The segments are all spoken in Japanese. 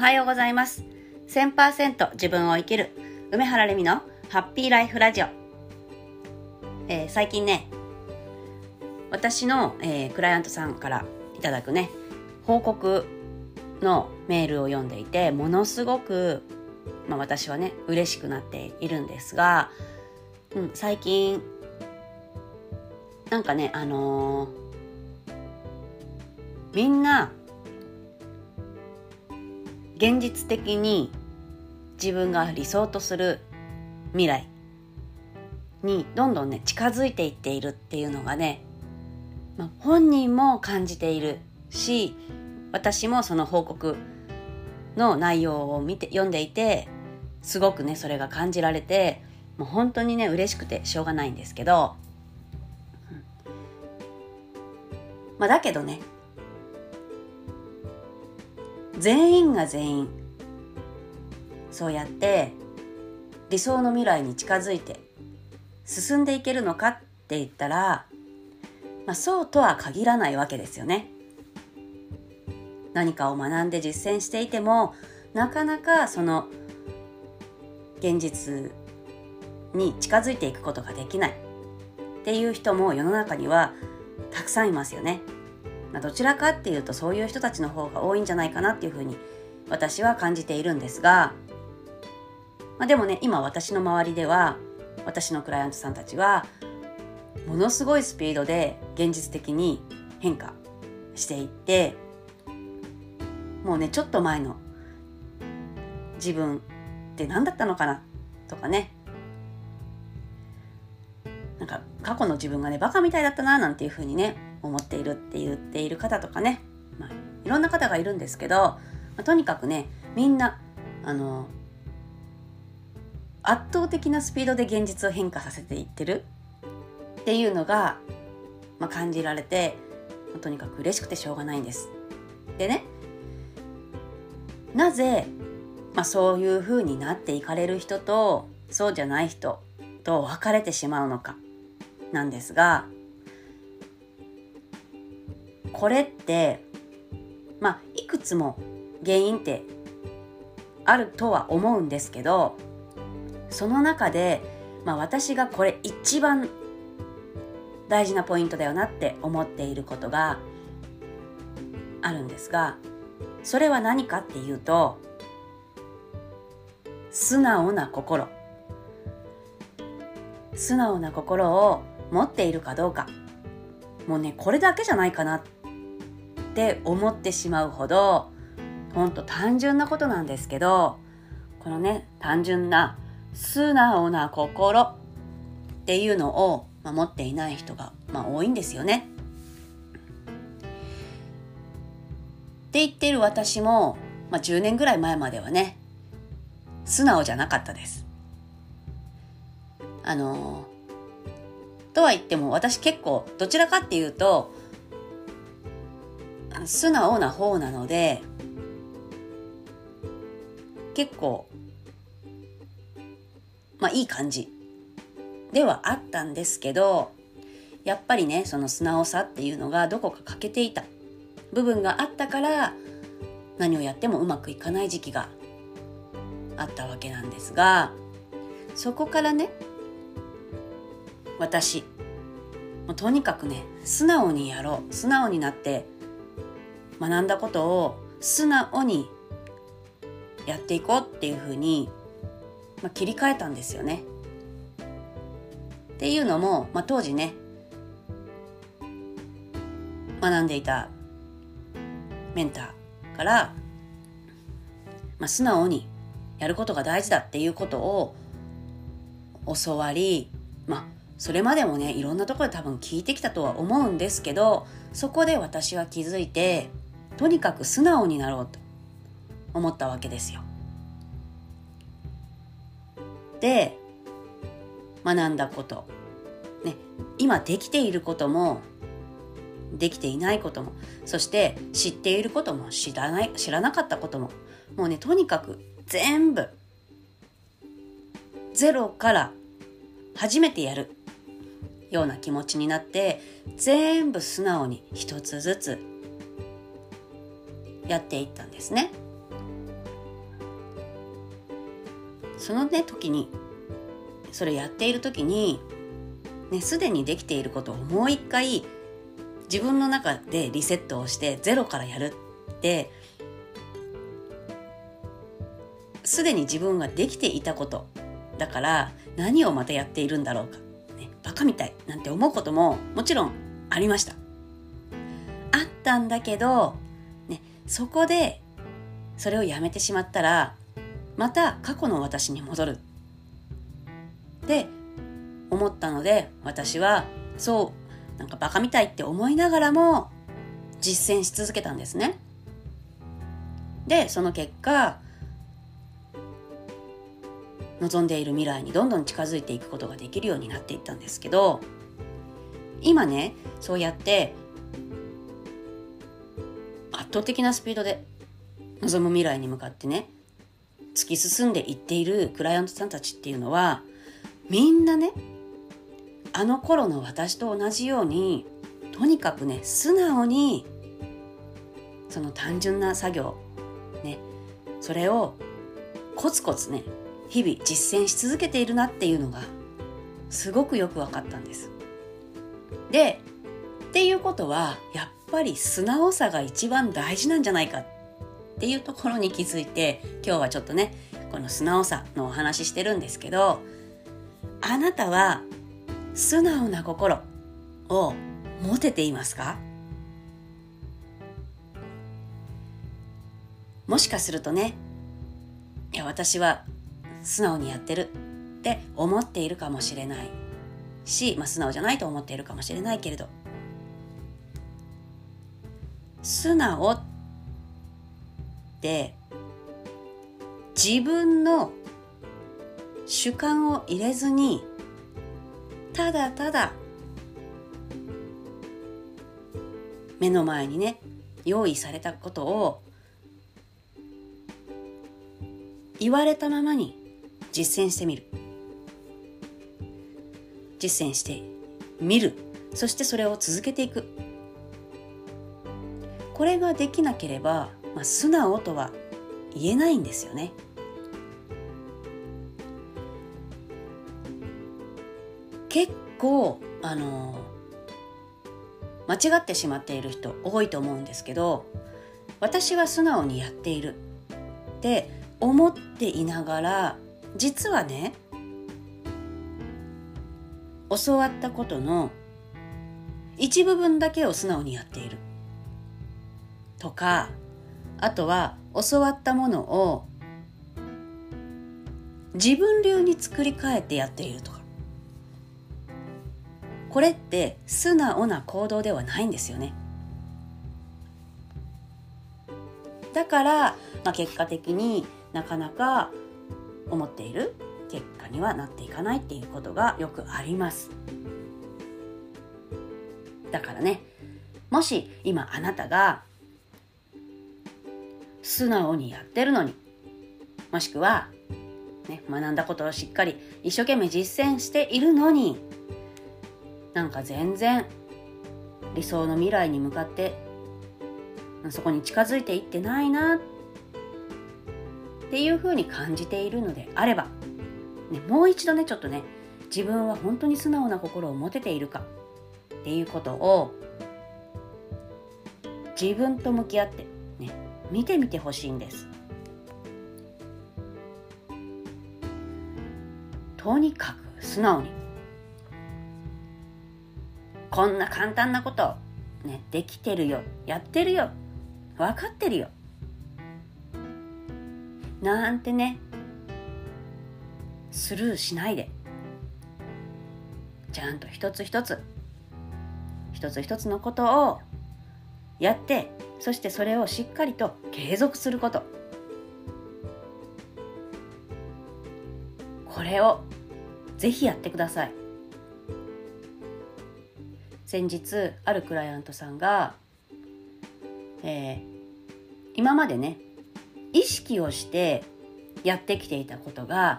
はようございます。 1000% 自分を生きる梅原レミのハッピーライフラジオ。最近ね、私の、クライアントさんからいただくね報告のメールを読んでいて、ものすごく、私はね嬉しくなっているんですが、最近なんかねみんな現実的に自分が理想とする未来にどんどんね近づいていっているっていうのがね、本人も感じているし、私もその報告の内容を読んでいて、すごくねそれが感じられて、もう本当にね嬉しくてしょうがないんですけど、だけどね、全員が全員そうやって理想の未来に近づいて進んでいけるのかって言ったら、そうとは限らないわけですよね。何かを学んで実践していても、なかなかその現実に近づいていくことができないっていう人も世の中にはたくさんいますよね。どちらかっていうとそういう人たちの方が多いんじゃないかなっていうふうに私は感じているんですが、でもね、今私の周りでは、私のクライアントさんたちはものすごいスピードで現実的に変化していって、もうねちょっと前の自分って何だったのかなとかね、なんか過去の自分がねバカみたいだったななんていうふうにね思っているって言っている方とかね、いろんな方がいるんですけど、とにかくねみんな圧倒的なスピードで現実を変化させていってるっていうのが、感じられて、とにかく嬉しくてしょうがないんです。でね、なぜ、そういう風になっていかれる人とそうじゃない人と分かれてしまうのかなんですが、これっていくつも原因ってあるとは思うんですけど、その中で、私がこれ一番大事なポイントだよなって思っていることがあるんですが、それは何かっていうと、素直な心を持っているかどうか。もうねこれだけじゃないかなって思ってしまうほどほんと単純なことなんですけど、このね単純な素直な心っていうのを、持っていない人が、多いんですよね。って言っている私も、10年ぐらい前まではね素直じゃなかったです。とは言っても私結構どちらかっていうと素直な方なので、結構いい感じではあったんですけど、やっぱりねその素直さっていうのがどこか欠けていた部分があったから、何をやってもうまくいかない時期があったわけなんですが、そこからね私もうとにかくね素直にやろう、素直になって学んだことを素直にやっていこうっていうふうに、切り替えたんですよね。っていうのも、当時ね学んでいたメンターから、素直にやることが大事だっていうことを教わり、それまでもねいろんなところで多分聞いてきたとは思うんですけど、そこで私は気づいて、とにかく素直になろうと思ったわけですよ。で学んだことね、今できていることもできていないことも、そして知っていることも知らなかったことも、もうねとにかく全部ゼロから初めてやるような気持ちになって、全部素直に一つずつやっていったんですね。 そのね時にそれやっている時にね、すでにできていることをもう一回自分の中でリセットをしてゼロからやるってすでに自分ができていたことだから何をまたやっているんだろうか、ね、バカみたいなんて思うことももちろんありました。あったんだけど、ね、そこでそれをやめてしまったらまた過去の私に戻るって思ったので、私はそうなんかバカみたいって思いながらも実践し続けたんですね。でその結果望んでいる未来にどんどん近づいていくことができるようになっていったんですけど、今ねそうやって圧倒的なスピードで望む未来に向かってね突き進んでいっているクライアントさんたちっていうのはみんなねあの頃の私と同じようにとにかくね素直にその単純な作業ねそれをコツコツね日々実践し続けているなっていうのがすごくよく分かったんです。でっていうことはやっぱり素直さが一番大事なんじゃないかっていうところに気づいて、今日はちょっとねこの素直さのお話ししてるんですけど、あなたは素直な心を持てていますか？もしかするとね、いや私は素直にやってるって思っているかもしれないし、素直じゃないと思っているかもしれないけれど、素直って自分の主観を入れずにただただ目の前にね用意されたことを言われたままに実践してみる、実践してみる、そしてそれを続けていく。これができなければ、素直とは言えないんですよね。結構間違ってしまっている人多いと思うんですけど、私は素直にやっているって思っていながら、実はね教わったことの一部分だけを素直にやっているとか、あとは教わったものを自分流に作り変えてやっているとか、これって素直な行動ではないんですよね。だから、結果的になかなか思っている結果にはなっていかないっていうことがよくあります。だからね、もし今あなたが素直にやってるのに、もしくは、学んだことをしっかり一生懸命実践しているのに、なんか全然理想の未来に向かってそこに近づいていってないなっていうふうに感じているのであれば、もう一度ねちょっとね自分は本当に素直な心を持てているかっていうことを自分と向き合って見てみてほしいんです。とにかく素直に、こんな簡単なことできてるよ、やってるよ、分かってるよなんてねスルーしないで、ちゃんと一つ一つのことをやって、そしてそれをしっかりと継続すること、これをぜひやってください。先日あるクライアントさんが、今までね意識をしてやってきていたことが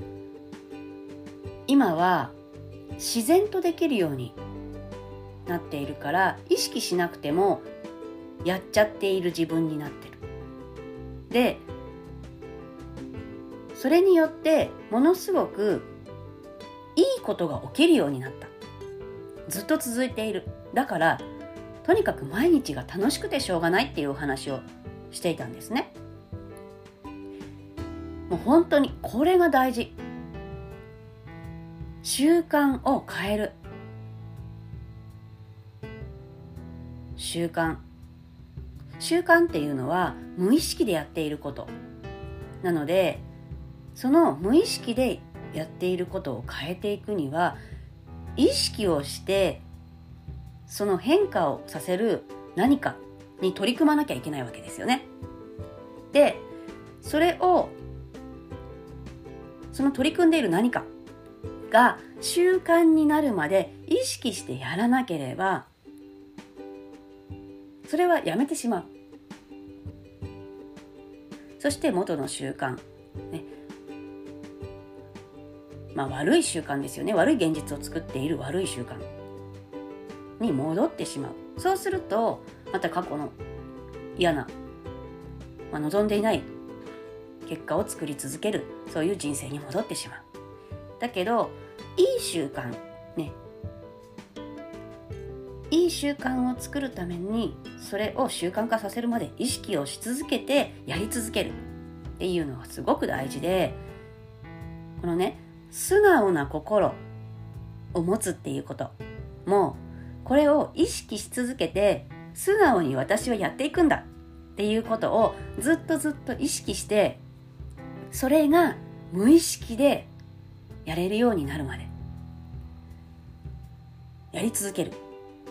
今は自然とできるようになっているから、意識しなくてもやっちゃっている自分になってる。でそれによってものすごくいいことが起きるようになった。ずっと続いている。だからとにかく毎日が楽しくてしょうがないっていうお話をしていたんですね。もう本当にこれが大事。習慣を変える。習慣っていうのは無意識でやっていることなので、その無意識でやっていることを変えていくには、意識をしてその変化をさせる何かに取り組まなきゃいけないわけですよね。で、その取り組んでいる何かが習慣になるまで意識してやらなければ、それはやめてしまう。そして元の習慣、ね、悪い習慣ですよね。悪い現実を作っている悪い習慣に戻ってしまう。そうするとまた過去の嫌な、望んでいない結果を作り続ける、そういう人生に戻ってしまう。だけどいい習慣ね、いい習慣を作るためにそれを習慣化させるまで意識をし続けてやり続けるっていうのがすごく大事で、このね、素直な心を持つっていうことも、これを意識し続けて素直に私はやっていくんだっていうことをずっと意識して、それが無意識でやれるようになるまでやり続ける。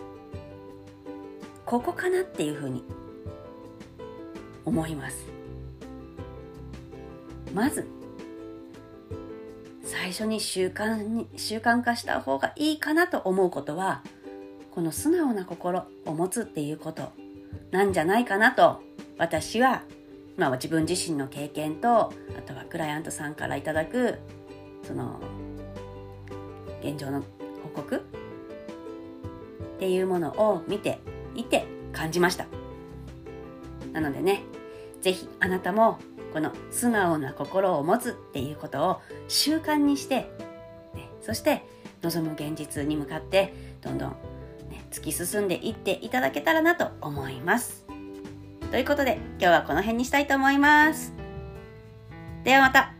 ここかなっていうふうに思います。まず最初に習慣化した方がいいかなと思うことは、この素直な心を持つっていうことなんじゃないかなと、私は自分自身の経験と、あとはクライアントさんからいただくその現状の報告っていうものを見ていて感じました。なのでね、ぜひあなたもこの素直な心を持つっていうことを習慣にして、そして望む現実に向かってどんどん、突き進んでいっていただけたらなと思います。ということで今日はこの辺にしたいと思います。ではまた。